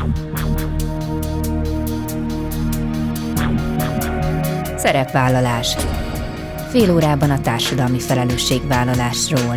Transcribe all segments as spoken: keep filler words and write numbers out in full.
Szerepvállalás. Fél órában a társadalmi felelősségvállalásról.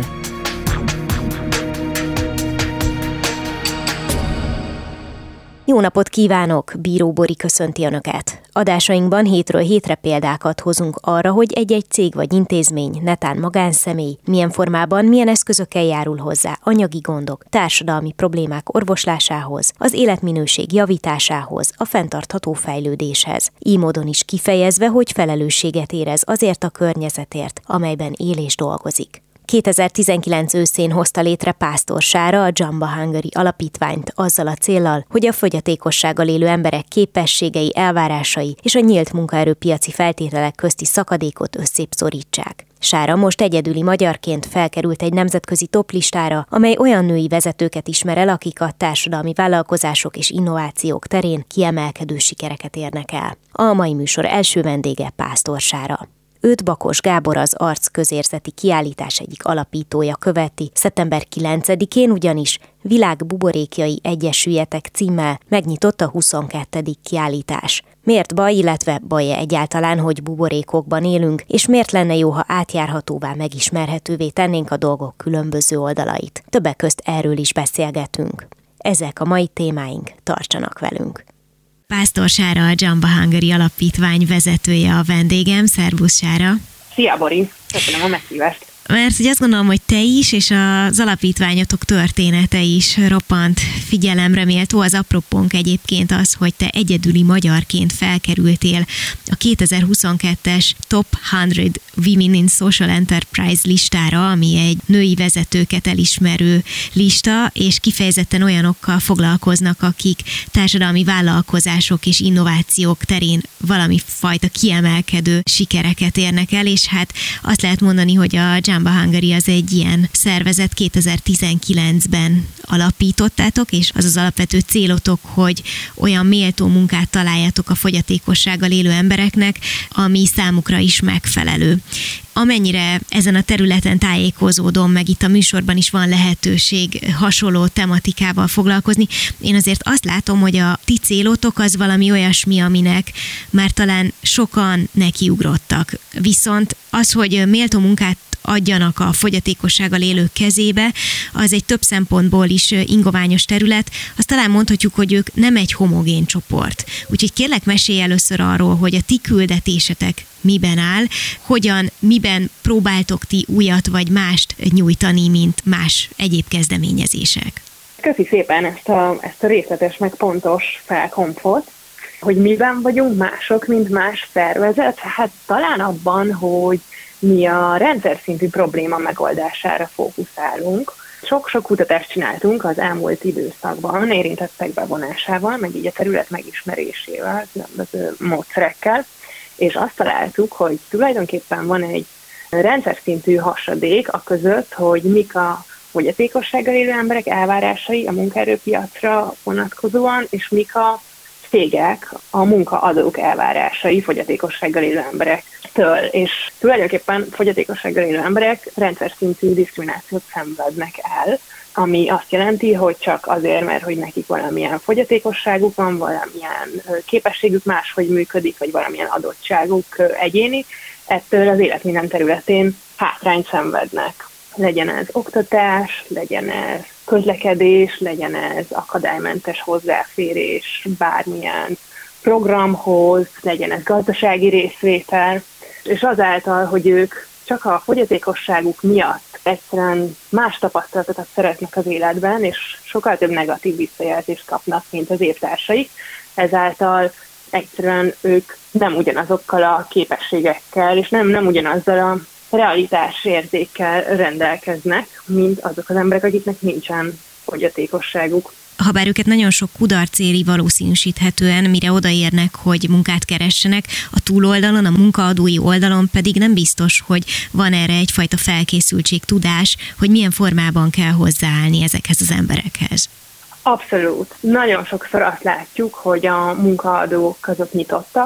Jó napot kívánok! Bíró Bori köszönti Önöket. Adásainkban hétről hétre példákat hozunk arra, hogy egy-egy cég vagy intézmény, netán magánszemély, milyen formában, milyen eszközökkel járul hozzá anyagi gondok, társadalmi problémák orvoslásához, az életminőség javításához, a fenntartható fejlődéshez. Így módon is kifejezve, hogy felelősséget érez azért a környezetért, amelyben él és dolgozik. kétezer-tizenkilenc őszén hozta létre Pásztor Sára a Jamba Hungary alapítványt azzal a céllal, hogy a fogyatékossággal élő emberek képességei, elvárásai és a nyílt munkaerőpiaci feltételek közti szakadékot összébb szorítsák. Sára most egyedüli magyarként felkerült egy nemzetközi toplistára, amely olyan női vezetőket ismer el, akik a társadalmi vállalkozások és innovációk terén kiemelkedő sikereket érnek el. A mai műsor első vendége Pásztor Sára. Őt Bakos Gábor, az Arc közérzeti kiállítás egyik alapítója követi. szeptember kilencedikén ugyanis Világ buborékjai egyesüljetek címmel megnyitott a huszonkettedik kiállítás. Miért baj, illetve baj-e egyáltalán, hogy buborékokban élünk, és miért lenne jó, ha átjárhatóvá, megismerhetővé tennénk a dolgok különböző oldalait? Többek közt erről is beszélgetünk. Ezek a mai témáink, tartsanak velünk! Pásztor Sára, a Jamba Hungary alapítvány vezetője a vendégem. Szervusz, Sára! Szia, Bori! Köszönöm a meghívást! Mert hogy azt gondolom, hogy te is, és az alapítványotok története is roppant figyelemre méltó. Az apropónk egyébként az, hogy te egyedüli magyarként felkerültél a kétezer-huszonkettes Top száz Women in Social Enterprise listára, ami egy női vezetőket elismerő lista, és kifejezetten olyanokkal foglalkoznak, akik társadalmi vállalkozások és innovációk terén valami fajta kiemelkedő sikereket érnek el, és hát azt lehet mondani, hogy a Jamba Hungary az egy ilyen szervezet, kétezer-tizenkilencben alapítottátok, és az az alapvető célotok, hogy olyan méltó munkát találjatok a fogyatékossággal élő embereknek, ami számukra is megfelelő. Amennyire ezen a területen tájékozódom, meg itt a műsorban is van lehetőség hasonló tematikával foglalkozni, én azért azt látom, hogy a ti célotok az valami olyasmi, aminek már talán sokan nekiugrottak. Viszont az, hogy méltó munkát adjanak a fogyatékossággal élők kezébe, az egy több szempontból is ingoványos terület. Azt talán mondhatjuk, hogy ők nem egy homogén csoport. Úgyhogy kérlek, mesélj először arról, hogy a ti küldetésetek miben áll, hogyan, miben próbáltok ti újat vagy mást nyújtani, mint más egyéb kezdeményezések. Köszi szépen ezt a, ezt a részletes, meg pontos felkonfot, hogy miben vagyunk mások, mint más szervezet. Hát talán abban, hogy mi a rendszer szintű probléma megoldására fókuszálunk. Sok-sok kutatást csináltunk az elmúlt időszakban, érintettek bevonásával, meg így a terület megismerésével, különböző módszerekkel, és azt találtuk, hogy tulajdonképpen van egy rendszer szintű hasadék a között, hogy mik a fogyatékossággal élő emberek elvárásai a munkaerőpiacra vonatkozóan, és mik a cégek, a munkaadók elvárásai fogyatékossággal élő emberektől. És tulajdonképpen fogyatékossággal élő emberek rendszer szintű diszkriminációt szenvednek el, ami azt jelenti, hogy csak azért, mert hogy nekik valamilyen fogyatékosságuk van, valamilyen képességük máshogy működik, vagy valamilyen adottságuk egyéni, ettől az élet minden területén hátrányt szenvednek. Legyen ez oktatás, legyen ez közlekedés, legyen ez akadálymentes hozzáférés bármilyen programhoz, legyen ez gazdasági részvétel, és azáltal, hogy ők csak a fogyatékosságuk miatt egyszerűen más tapasztalatokat szeretnek az életben, és sokkal több negatív visszajelzést kapnak, mint az évtársaik, ezáltal egyszerűen ők nem ugyanazokkal a képességekkel, és nem, nem ugyanazzal a realitásérzékkel rendelkeznek, mint azok az emberek, akiknek nincsen fogyatékosságuk. Habár őket nagyon sok kudarc éri valószínűsíthetően, mire odaérnek, hogy munkát keressenek, a túloldalon, a munkaadói oldalon pedig nem biztos, hogy van erre egyfajta felkészültség, tudás, hogy milyen formában kell hozzáállni ezekhez az emberekhez. Abszolút. Nagyon sokszor azt látjuk, hogy a munkaadók azok nyitottak,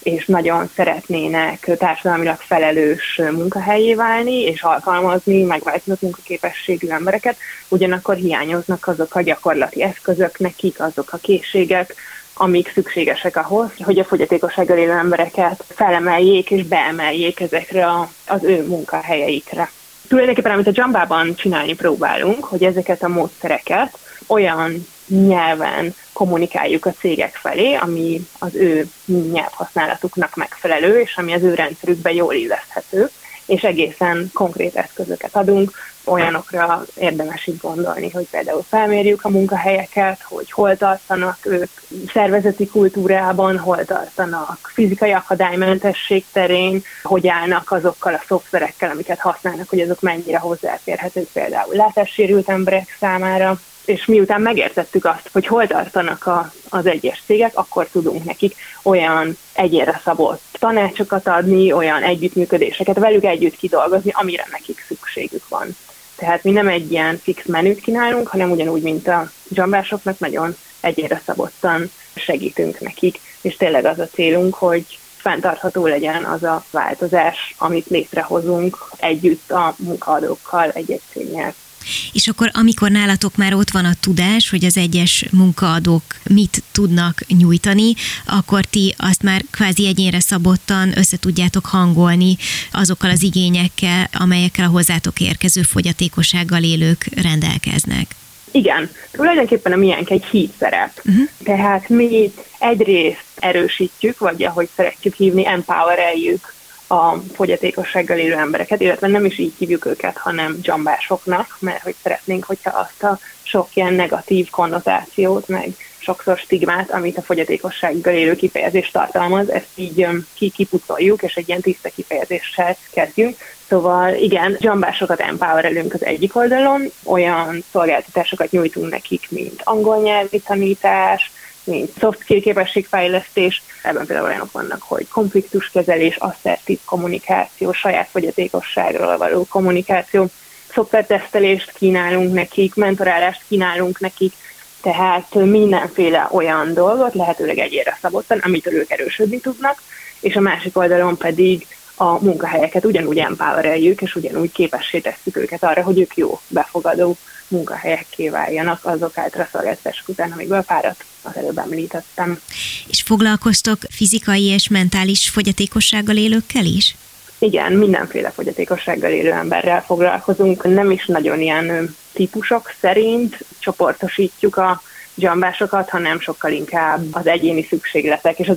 és nagyon szeretnének társadalmilag felelős munkahelyé válni, és alkalmazni, megváltozott munkaképességű embereket, ugyanakkor hiányoznak azok a gyakorlati eszközök nekik, azok a készségek, amik szükségesek ahhoz, hogy a fogyatékossággal élő embereket felemeljék és beemeljék ezekre a, az ő munkahelyeikre. Tulajdonképpen, amit a Jambában csinálni próbálunk, hogy ezeket a módszereket olyan nyelven kommunikáljuk a cégek felé, ami az ő nyelvhasználatuknak megfelelő, és ami az ő rendszerükben jól illeszthető, és egészen konkrét eszközöket adunk, olyanokra érdemes így gondolni, hogy például felmérjük a munkahelyeket, hogy hol tartanak ők szervezeti kultúrában, hol tartanak fizikai akadálymentesség terén, hogy állnak azokkal a szoftverekkel, amiket használnak, hogy azok mennyire hozzáférhetők például látássérült emberek számára. És miután megértettük azt, hogy hol tartanak a, az egyes cégek, akkor tudunk nekik olyan egyénre szabott tanácsokat adni, olyan együttműködéseket velük együtt kidolgozni, amire nekik szükségük van. Tehát mi nem egy ilyen fix menüt kínálunk, hanem ugyanúgy, mint a dzsambásoknak, nagyon egyénre szabottan segítünk nekik, és tényleg az a célunk, hogy fenntartható legyen az a változás, amit létrehozunk együtt a munkaadókkal egy-egy cégnél. És akkor, amikor nálatok már ott van a tudás, hogy az egyes munkaadók mit tudnak nyújtani, akkor ti azt már kvázi egyénre szabottan össze tudjátok hangolni azokkal az igényekkel, amelyekkel a hozzátok érkező fogyatékossággal élők rendelkeznek. Igen, tulajdonképpen a miénk egy hídszerep. Uh-huh. Tehát mi egyrészt erősítjük, vagy ahogy szeretjük hívni, empowereljük a fogyatékossággal élő embereket, illetve nem is így hívjuk őket, hanem dzsambásoknak, mert hogy szeretnénk, hogyha azt a sok ilyen negatív konnotációt, meg sokszor stigmát, amit a fogyatékossággal élő kifejezés tartalmaz, ezt így kipucoljuk, és egy ilyen tiszta kifejezéssel kezdjünk. Szóval igen, dzsambásokat empowerelünk az egyik oldalon, olyan szolgáltatásokat nyújtunk nekik, mint angol nyelvi tanítás, mint soft skill képességfejlesztés, ebben például olyanok vannak, hogy konfliktuskezelés, asszertív kommunikáció, saját fogyatékosságról való kommunikáció, szoftvertesztelést kínálunk nekik, mentorálást kínálunk nekik, tehát mindenféle olyan dolgot, lehetőleg egyénre szabottan, amitől ők erősödni tudnak, és a másik oldalon pedig a munkahelyeket ugyanúgy empowereljük, és ugyanúgy képessé tesszük őket arra, hogy ők jó, befogadó munkahelyekké váljanak azok által a szolgáltatások után, amikből párat az előbb említettem. És foglalkoztok fizikai és mentális fogyatékossággal élőkkel is? Igen, mindenféle fogyatékossággal élő emberrel foglalkozunk. Nem is nagyon ilyen típusok szerint csoportosítjuk a dzsambásokat, hanem sokkal inkább az egyéni szükségletek és az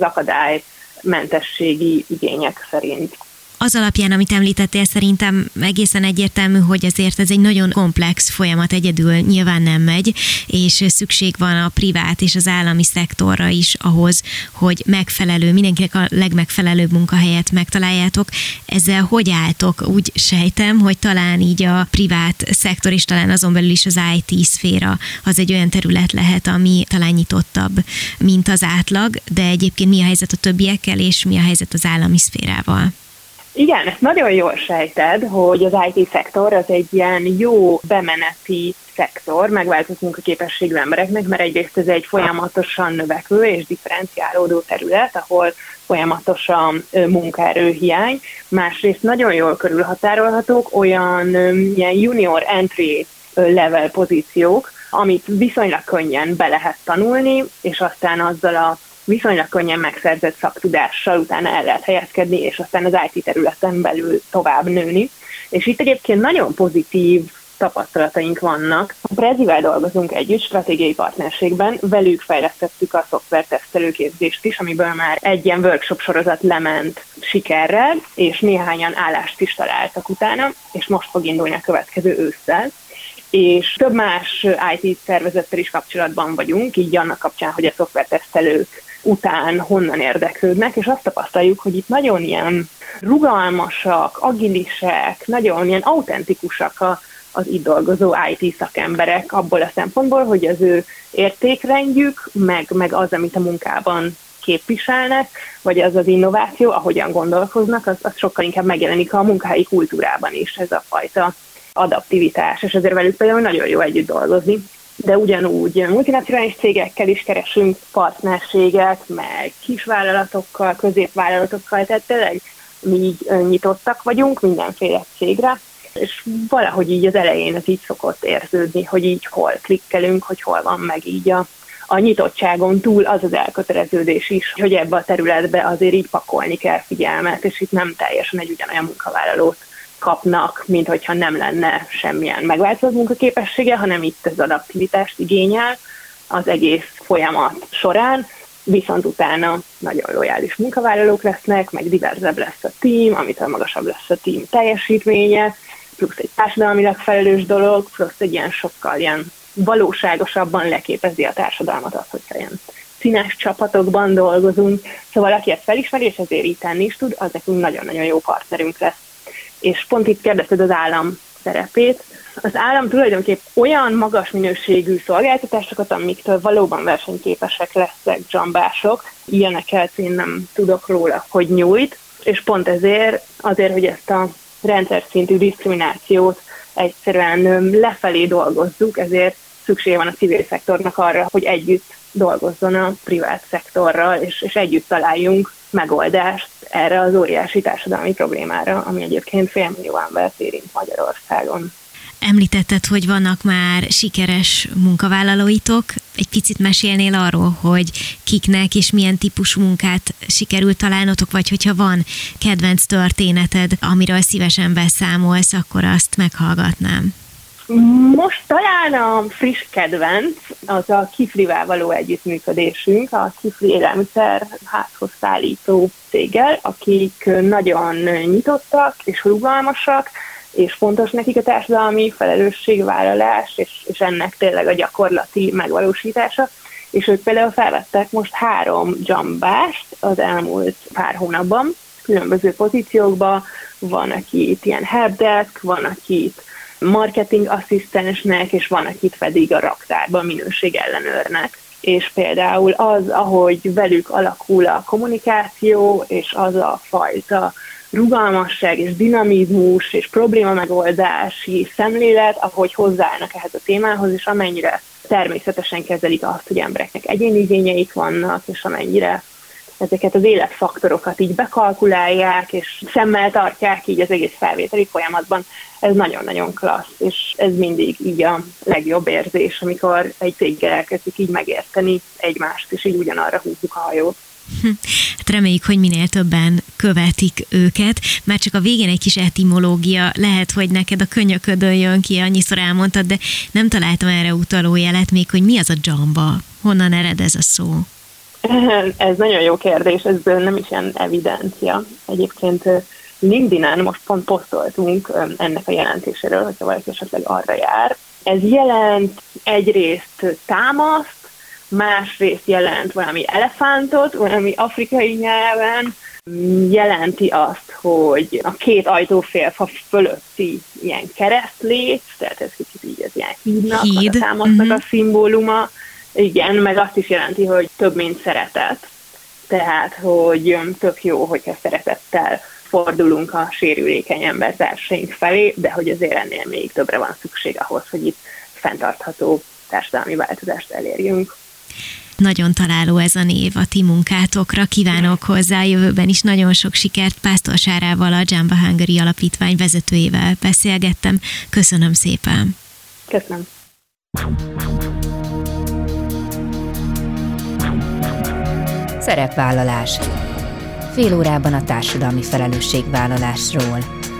akadálymentességi igények szerint. Az alapján, amit említettél, szerintem egészen egyértelmű, hogy azért ez egy nagyon komplex folyamat, egyedül nyilván nem megy, és szükség van a privát és az állami szektorra is ahhoz, hogy megfelelő, mindenkinek a legmegfelelőbb munkahelyet megtaláljátok. Ezzel hogy álltok? Úgy sejtem, hogy talán így a privát szektor és talán azon belül is az i té szféra az egy olyan terület lehet, ami talán nyitottabb, mint az átlag, de egyébként mi a helyzet a többiekkel, és mi a helyzet az állami szférával? Igen, ezt nagyon jól sejted, hogy az i té szektor az egy ilyen jó bemeneti szektor, megváltozott munkaképességű embereknek, mert egyrészt ez egy folyamatosan növekvő és differenciálódó terület, ahol folyamatosan munkaerőhiány, másrészt nagyon jól körülhatárolhatók olyan ilyen junior entry level pozíciók, amit viszonylag könnyen be lehet tanulni, és aztán azzal a viszonylag könnyen megszerzett szaktudással utána el lehet helyezkedni, és aztán az i té területen belül tovább nőni. És itt egyébként nagyon pozitív tapasztalataink vannak. A Prezivel dolgozunk együtt stratégiai partnerségben, velük fejlesztettük a szoftvertesztelőképzést is, amiből már egy ilyen workshop sorozat lement sikerrel, és néhányan állást is találtak utána, és most fog indulni a következő ősszel. És több más i té szervezettel is kapcsolatban vagyunk, így annak kapcsán, hogy a szoftvertesztelők után honnan érdeklődnek, és azt tapasztaljuk, hogy itt nagyon ilyen rugalmasak, agilisek, nagyon ilyen autentikusak a, az itt dolgozó i té szakemberek abból a szempontból, hogy az ő értékrendjük, meg, meg az, amit a munkában képviselnek, vagy az az innováció, ahogyan gondolkoznak, az, az sokkal inkább megjelenik a munkahelyi kultúrában is, ez a fajta adaptivitás, és ezért velük például nagyon jó együtt dolgozni. de ugyanúgy multinacionális cégekkel is keresünk partnerséget, meg kisvállalatokkal, középvállalatokkal, tehát tényleg mi így nyitottak vagyunk mindenféle cégre, és valahogy így az elején ez így szokott érződni, hogy így hol klikkelünk, hogy hol van meg így a, a nyitottságon túl az az elköteleződés is, hogy ebbe a területbe azért így pakolni kell figyelmet, és itt nem teljesen egy ugyanolyan munkavállalót kapnak, mint hogyha nem lenne semmilyen megváltozott munkaképessége, hanem itt az adaptivitást igényel az egész folyamat során, viszont utána nagyon lojális munkavállalók lesznek, meg diverzebb lesz a tím, amitől magasabb lesz a tím teljesítménye, plusz egy társadalmilag felelős dolog, plusz egy ilyen sokkal ilyen valóságosabban leképezi a társadalmat az, hogyha ilyen színes csapatokban dolgozunk. Szóval aki ezt felismeri, és ezért így tenni is tud, az nekünk nagyon-nagyon jó partnerünk lesz. És pont itt kérdezted az állam szerepét. Az állam tulajdonképp olyan magas minőségű szolgáltatásokat, amiktől valóban versenyképesek lesznek dzsambások, ilyeneket én nem tudok róla, hogy nyújt, és pont ezért, azért, hogy ezt a rendszer szintű diszkriminációt egyszerűen lefelé dolgozzuk, ezért szükség van a civil szektornak arra, hogy együtt dolgozzon a privát szektorral, és, és együtt találjunk megoldást erre az óriási társadalmi problémára, ami egyébként félmillió embert érint Magyarországon. Említetted, hogy vannak már sikeres munkavállalóitok. Egy picit mesélnél arról, hogy kiknek és milyen típusú munkát sikerült találnotok, vagy hogyha van kedvenc történeted, amiről szívesen beszámolsz, akkor azt meghallgatnám. Most talán a friss kedvenc az a Kiflivel való együttműködésünk, a Kifli élelmiszer házhoz szállító céggel, akik nagyon nyitottak és rugalmasak, és fontos nekik a társadalmi felelősségvállalás, és, és ennek tényleg a gyakorlati megvalósítása. És ők például felvettek most három dzsambást az elmúlt pár hónapban, különböző pozíciókban. Van, akit ilyen helpdesk, van, akit marketing asszisztensnek, és van, akit pedig a raktárban minőségellenőrnek. És például az, ahogy velük alakul a kommunikáció, és az a fajta rugalmasság és dinamizmus és problémamegoldási szemlélet, ahogy hozzáállnak ehhez a témához, és amennyire természetesen kezelik azt, hogy embereknek egyéni igényeik vannak, és amennyire ezeket az életfaktorokat így bekalkulálják, és szemmel tartják így az egész felvételi folyamatban. Ez nagyon-nagyon klassz, és ez mindig így a legjobb érzés, amikor egy céggel elkezdik így megérteni egymást, és így ugyanarra húzzuk a hajót. Hát reméljük, hogy minél többen követik őket. Már csak a végén egy kis etimológia, lehet, hogy neked a könyöködön jön ki, annyiszor elmondtad, de nem találtam erre utaló jelet még, hogy mi az a dzsamba? Honnan ered ez a szó? Ez nagyon jó kérdés, ez nem is ilyen evidencia. Egyébként LinkedIn-en most pont posztoltunk ennek a jelentéséről, hogyha valaki esetleg arra jár. Ez jelent egyrészt támaszt, másrészt jelent valami elefántot, valami afrikai nyelven, jelenti azt, hogy a két ajtófélfa fölötti ilyen keresztlét, tehát ez kicsit így az ilyen hídnak, Híd. a támasznak uh-huh. a szimbóluma, igen, meg azt is jelenti, hogy több, mint szeretet. Tehát, hogy tök jó, hogyha szeretettel fordulunk a sérülékeny embertársaink felé, de hogy azért ennél még többre van szükség ahhoz, hogy itt fenntartható társadalmi változást elérjünk. Nagyon találó ez a név a ti munkátokra. Kívánok hozzá jövőben is nagyon sok sikert. Pásztor Sárával, a Dzsamba Hungary Alapítvány vezetőjével beszélgettem. Köszönöm szépen. Köszönöm. Szerepvállalás. Fél órában a társadalmi felelősségvállalásról.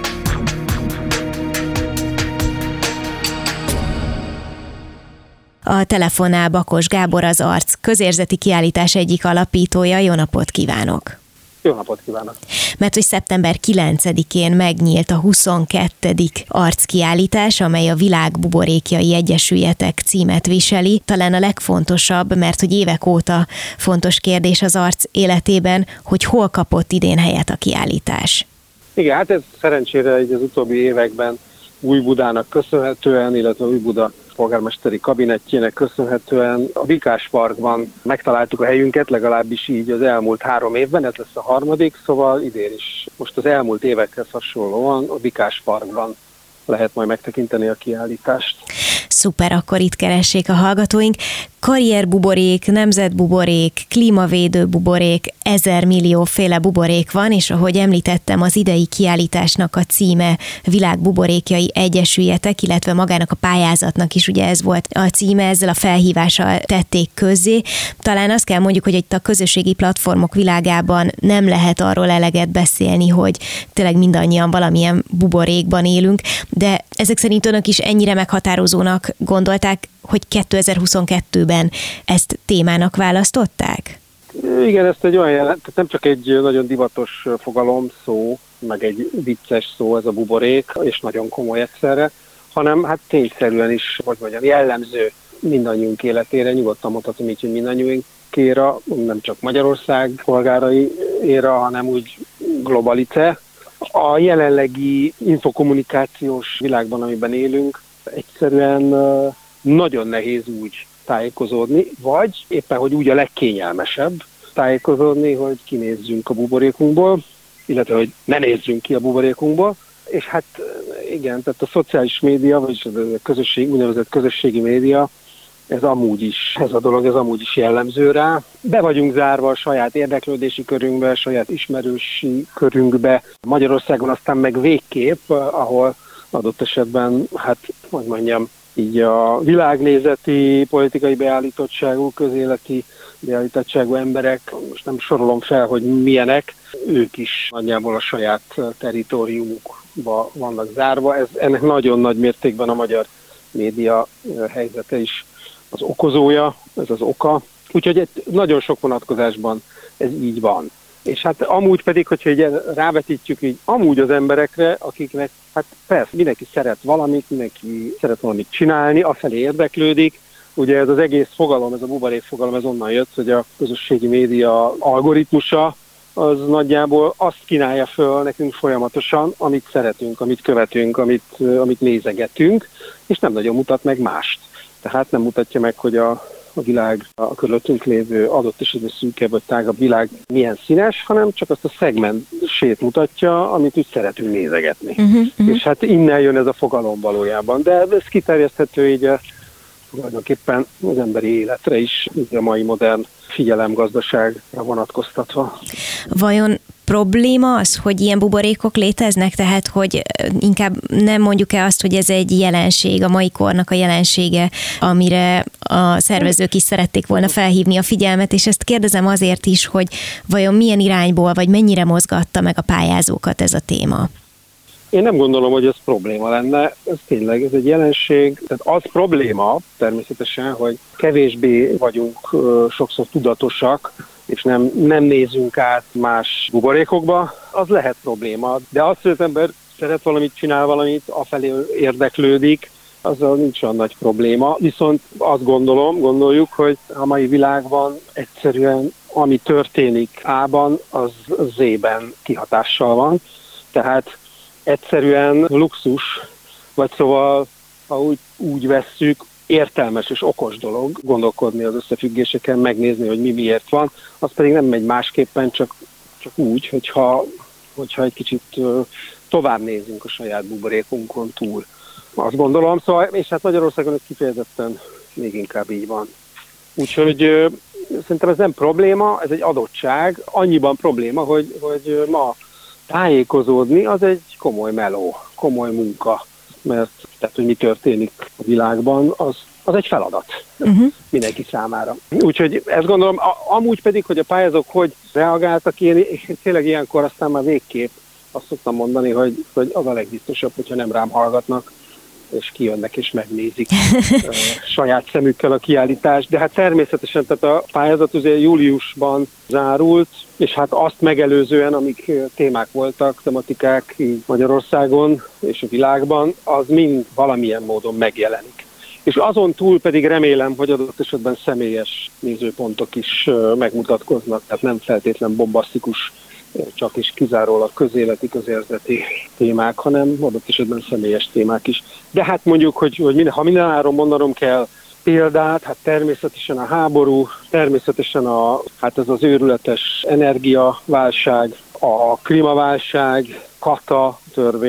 A telefonnál Bakos Gábor, az Arc közérzeti kiállítás egyik alapítója. Jó napot kívánok! Jó napot kívánok! Mert hogy szeptember kilencedikén megnyílt a huszonkettedik Arc kiállítás, amely a Világ Buborékjai Egyesüljetek címet viseli. Talán a legfontosabb, mert hogy évek óta fontos kérdés az Arc életében, hogy hol kapott idén helyet a kiállítás. Igen, hát ez szerencsére így az utóbbi években Újbudának köszönhetően, illetve Újbuda polgármesteri kabinettjének köszönhetően a Bikás Parkban megtaláltuk a helyünket, legalábbis így az elmúlt három évben, ez lesz a harmadik, szóval idén is most az elmúlt évekhez hasonlóan a Bikás Parkban lehet majd megtekinteni a kiállítást. Szuper, akkor itt keressék a hallgatóink. Karrierbuborék, nemzetbuborék, klímavédő buborék, ezer millióféle buborék van, és ahogy említettem, az idei kiállításnak a címe Világbuborékjai egyesüljetek, illetve magának a pályázatnak is ugye ez volt a címe, ezzel a felhívással tették közzé. Talán azt kell mondjuk, hogy itt a közösségi platformok világában nem lehet arról eleget beszélni, hogy tényleg mindannyian valamilyen buborékban élünk, de ezek szerint önök is ennyire meghatározónak gondolták, hogy kétezer-huszonkettőben ezt témának választották? Igen, ezt egy olyan jelent, tehát nem csak egy nagyon divatos fogalom, szó, meg egy vicces szó ez a buborék, és nagyon komoly egyszerre, hanem hát tényszerűen is, hogy mondjam, jellemző mindannyiunk életére, nyugodtan mondhatom így, hogy mindannyiunkéra, nem csak Magyarország polgáraiéra, hanem úgy globalice. A jelenlegi infokommunikációs világban, amiben élünk, egyszerűen nagyon nehéz úgy tájékozódni, vagy éppen, hogy úgy a legkényelmesebb tájékozódni, hogy kinézzünk a buborékunkból, illetve, hogy ne nézzünk ki a buborékunkból. És hát igen, tehát a szociális média, vagyis a közösség, úgynevezett közösségi média, ez amúgy is, ez a dolog, ez amúgy is jellemző rá. Be vagyunk zárva a saját érdeklődési körünkbe, a saját ismerősi körünkbe. Magyarországon aztán meg végképp, ahol adott esetben, hát, hogy mondjam, így a világnézeti, politikai beállítottságú, közéleti beállítottságú emberek, most nem sorolom fel, hogy milyenek, ők is nagyjából a saját territóriumukba vannak zárva. Ez, ennek nagyon nagy mértékben a magyar média helyzete is az okozója, ez az oka. Úgyhogy nagyon sok vonatkozásban ez így van. És hát amúgy pedig, hogyha így rávetítjük így amúgy az emberekre, akiknek, hát persze, mindenki szeret valamit, mindenki szeret valamit csinálni, afelé érdeklődik. Ugye ez az egész fogalom, ez a buborék fogalom, ez onnan jött, hogy a közösségi média algoritmusa az nagyjából azt kínálja föl nekünk folyamatosan, amit szeretünk, amit követünk, amit, amit nézegetünk, és nem nagyon mutat meg mást. Tehát nem mutatja meg, hogy a, a világ, a körülöttünk lévő adott esetben szűkebb vagy tágabb világ milyen színes, hanem csak azt a szegmensét mutatja, amit úgy szeretünk nézegetni. Uh-huh, uh-huh. És hát innen jön ez a fogalom valójában. De ez kiterjeszthető így a, tulajdonképpen az emberi életre is, így a mai modern figyelemgazdaságra vonatkoztatva. Vajon probléma az, hogy ilyen buborékok léteznek, tehát hogy inkább nem mondjuk-e azt, hogy ez egy jelenség, a mai kornak a jelensége, amire a szervezők is szerették volna felhívni a figyelmet, és ezt kérdezem azért is, hogy vajon milyen irányból, vagy mennyire mozgatta meg a pályázókat ez a téma? Én nem gondolom, hogy ez probléma lenne, ez tényleg, ez egy jelenség, tehát az probléma természetesen, hogy kevésbé vagyunk sokszor tudatosak, és nem, nem nézünk át más buborékokba, az lehet probléma. De az, hogy az ember szeret valamit, csinál valamit, afelé érdeklődik, azzal nincs olyan nagy probléma. Viszont azt gondolom, gondoljuk, hogy a mai világban egyszerűen ami történik A-ban, az Z-ben kihatással van. Tehát egyszerűen luxus, vagy szóval, ha úgy, úgy vesszük, értelmes és okos dolog gondolkodni az összefüggéseken, megnézni, hogy mi miért van, az pedig nem megy másképpen, csak, csak úgy, hogyha, hogyha egy kicsit tovább nézünk a saját buborékunkon túl. Azt gondolom, szóval, és hát Magyarországon ez kifejezetten még inkább így van. Úgyhogy szerintem ez nem probléma, ez egy adottság, annyiban probléma, hogy, hogy ma tájékozódni az egy komoly meló, komoly munka, mert tehát, hogy mi történik a világban, az, az egy feladat uh-huh. mindenki számára. Úgyhogy ezt gondolom, a, amúgy pedig, hogy a pályázók hogy reagáltak, én, én tényleg ilyenkor aztán már végképp azt szoktam mondani, hogy, hogy az a legbiztosabb, hogyha nem rám hallgatnak, és kijönnek és megnézik uh, saját szemükkel a kiállítást. De hát természetesen tehát a pályázat ugye júliusban zárult, és hát azt megelőzően, amik témák voltak, tematikák így Magyarországon és a világban, az mind valamilyen módon megjelenik. És azon túl pedig remélem, hogy adott esetben személyes nézőpontok is megmutatkoznak, tehát nem feltétlen bombasztikus, csak is kizárólag közéleti, közérzeti témák, hanem adott esetben személyes témák is. De hát mondjuk, hogy, hogy minden, ha mindenáron mondanom kell példát, hát természetesen a háború, természetesen a, hát ez az őrületes energiaválság, a klímaválság, kata törvény,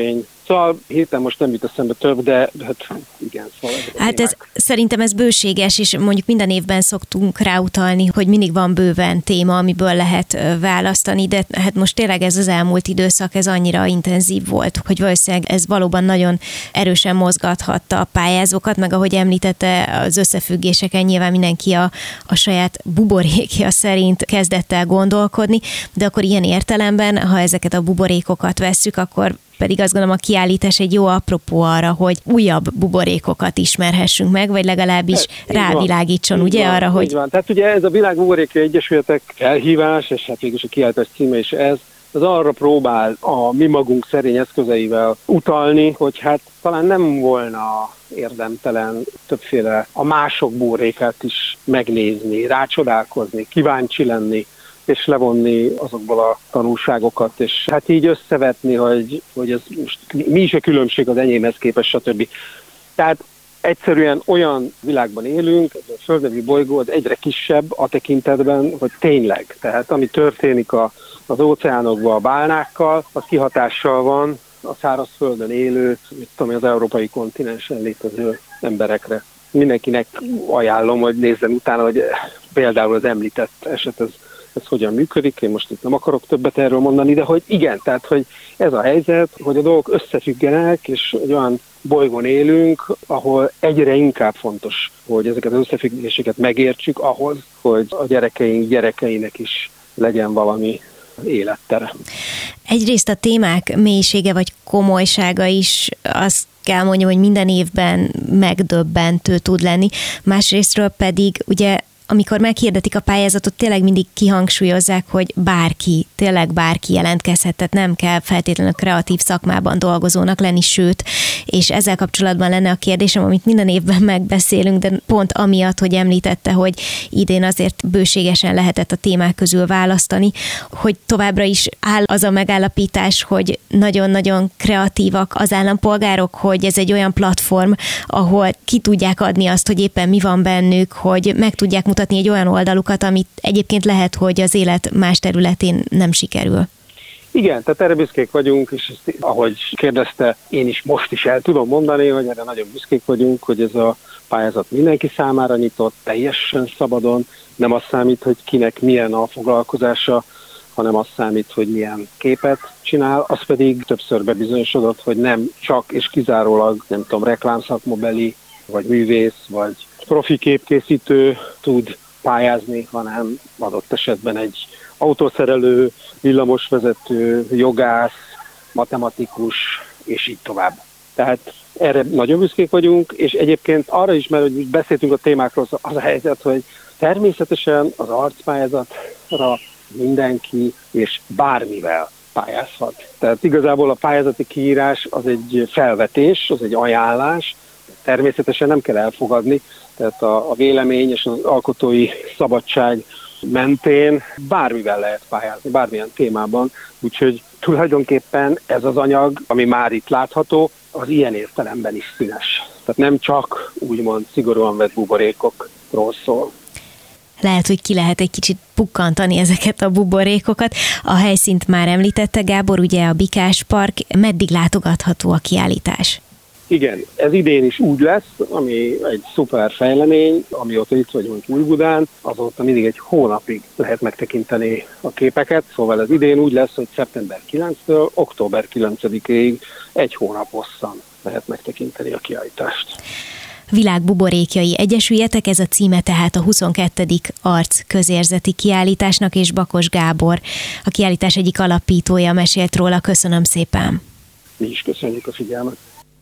Szóval héten most nem jut eszembe több, de hát igen. Szóval hát ez, szerintem ez bőséges, és mondjuk minden évben szoktunk ráutalni, hogy mindig van bőven téma, amiből lehet választani, de hát most tényleg ez az elmúlt időszak, ez annyira intenzív volt, hogy valószínűleg ez valóban nagyon erősen mozgathatta a pályázókat, meg ahogy említette, az összefüggéseken nyilván mindenki a, a saját buborékja szerint kezdett el gondolkodni, de akkor ilyen értelemben, ha ezeket a buborékokat vesszük, akkor pedig azt gondolom, a kiállítás egy jó apropó arra, hogy újabb buborékokat ismerhessünk meg, vagy legalábbis ez, rávilágítson, ugye van, arra, hogy... Van. Tehát ugye ez a Világ Buborékja Egyesületek elhívás, és hát végülis a kiállítás címe is ez, az arra próbál a mi magunk szerény eszközeivel utalni, hogy hát talán nem volna érdemtelen többféle a mások buborékát is megnézni, rácsodálkozni, kíváncsi lenni, és levonni azokból a tanulságokat, és hát így összevetni, hogy, hogy ez most mi is a különbség az enyémhez képest, stb. Tehát egyszerűen olyan világban élünk, a földnevű bolygó az egyre kisebb a tekintetben, hogy tényleg, tehát ami történik a, az óceánokban a bálnákkal, az kihatással van a szárazföldön élő, mit tudom, az európai kontinensen létező emberekre. Mindenkinek ajánlom, hogy nézzen utána, hogy például az említett eset, ez ez hogyan működik, én most itt nem akarok többet erről mondani, de hogy igen, tehát hogy ez a helyzet, hogy a dolgok összefüggenek, és egy olyan bolygón élünk, ahol egyre inkább fontos, hogy ezeket az összefüggéseket megértsük ahhoz, hogy a gyerekeink gyerekeinek is legyen valami élettere. Egyrészt a témák mélysége vagy komolysága is azt kell mondjam, hogy minden évben megdöbbentő tud lenni. Másrésztről pedig ugye amikor meghirdetik a pályázatot, tényleg mindig kihangsúlyozzák, hogy bárki, tényleg bárki jelentkezhet, tehát nem kell feltétlenül kreatív szakmában dolgozónak lenni, sőt, és ezzel kapcsolatban lenne a kérdésem, amit minden évben megbeszélünk, de pont amiatt, hogy említette, hogy idén azért bőségesen lehetett a témák közül választani, hogy továbbra is áll az a megállapítás, hogy nagyon-nagyon kreatívak az állampolgárok, hogy ez egy olyan platform, ahol ki tudják adni azt, hogy éppen mi van bennük, hogy meg tudják mutatni egy olyan oldalukat, amit egyébként lehet, hogy az élet más területén nem sikerül. Igen, tehát erre büszkék vagyunk, és ezt, ahogy kérdezte, én is most is el tudom mondani, hogy erre nagyon büszkék vagyunk, hogy ez a pályázat mindenki számára nyitott, teljesen szabadon, nem az számít, hogy kinek milyen a foglalkozása, hanem az számít, hogy milyen képet csinál, az pedig többször bebizonyosodott, hogy nem csak és kizárólag, nem tudom, reklámszakmabeli, vagy művész, vagy profi képkészítő tud pályázni, hanem adott esetben egy autószerelő, villamosvezető, jogász, matematikus, és így tovább. Tehát erre nagyon büszkék vagyunk, és egyébként arra is, mert hogy beszéltünk a témákról, az a helyzet, hogy természetesen az arcpályázatra mindenki és bármivel pályázhat. Tehát igazából a pályázati kiírás az egy felvetés, az egy ajánlás, természetesen nem kell elfogadni, tehát a, a vélemény és az alkotói szabadság mentén bármivel lehet pályázni, bármilyen témában, úgyhogy tulajdonképpen ez az anyag, ami már itt látható, az ilyen értelemben is színes. Tehát nem csak úgymond szigorúan vett buborékokról szól. Lehet, hogy ki lehet egy kicsit pukkantani ezeket a buborékokat. A helyszínt már említette Gábor, ugye a Bikás Park, meddig látogatható a kiállítás? Igen, ez idén is úgy lesz, ami egy szuper fejlemény, amióta itt vagyunk Újbudán, azóta mindig egy hónapig lehet megtekinteni a képeket, szóval ez idén úgy lesz, hogy szeptember kilencedikétől október kilencedikéig egy hónap hosszan lehet megtekinteni a kiállítást. Világ Buborékjai Egyesüljetek, ez a címe tehát a huszonkettő arc közérzeti kiállításnak, és Bakos Gábor, a kiállítás egyik alapítója mesélt róla. Köszönöm szépen! Mi is köszönjük a figyelmet!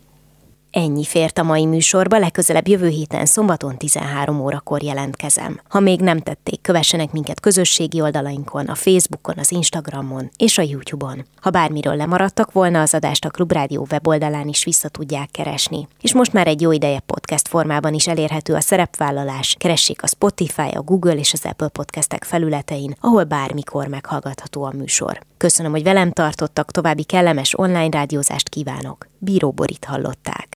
Ennyi fért a mai műsorba, legközelebb jövő héten szombaton tizenhárom órakor jelentkezem. Ha még nem tették, kövessenek minket közösségi oldalainkon, a Facebookon, az Instagramon és a YouTube-on. Ha bármiről lemaradtak volna, az adást a Klubrádió weboldalán is vissza tudják keresni. És most már egy jó ideje podcast formában is elérhető a Szerepvállalás. Keressék a Spotify, a Google és az Apple podcastek felületein, ahol bármikor meghallgatható a műsor. Köszönöm, hogy velem tartottak, további kellemes online rádiózást kívánok. Bíró Borit hallották.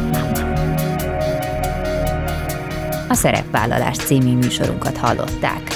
A Szerepvállalás című műsorunkat hallották.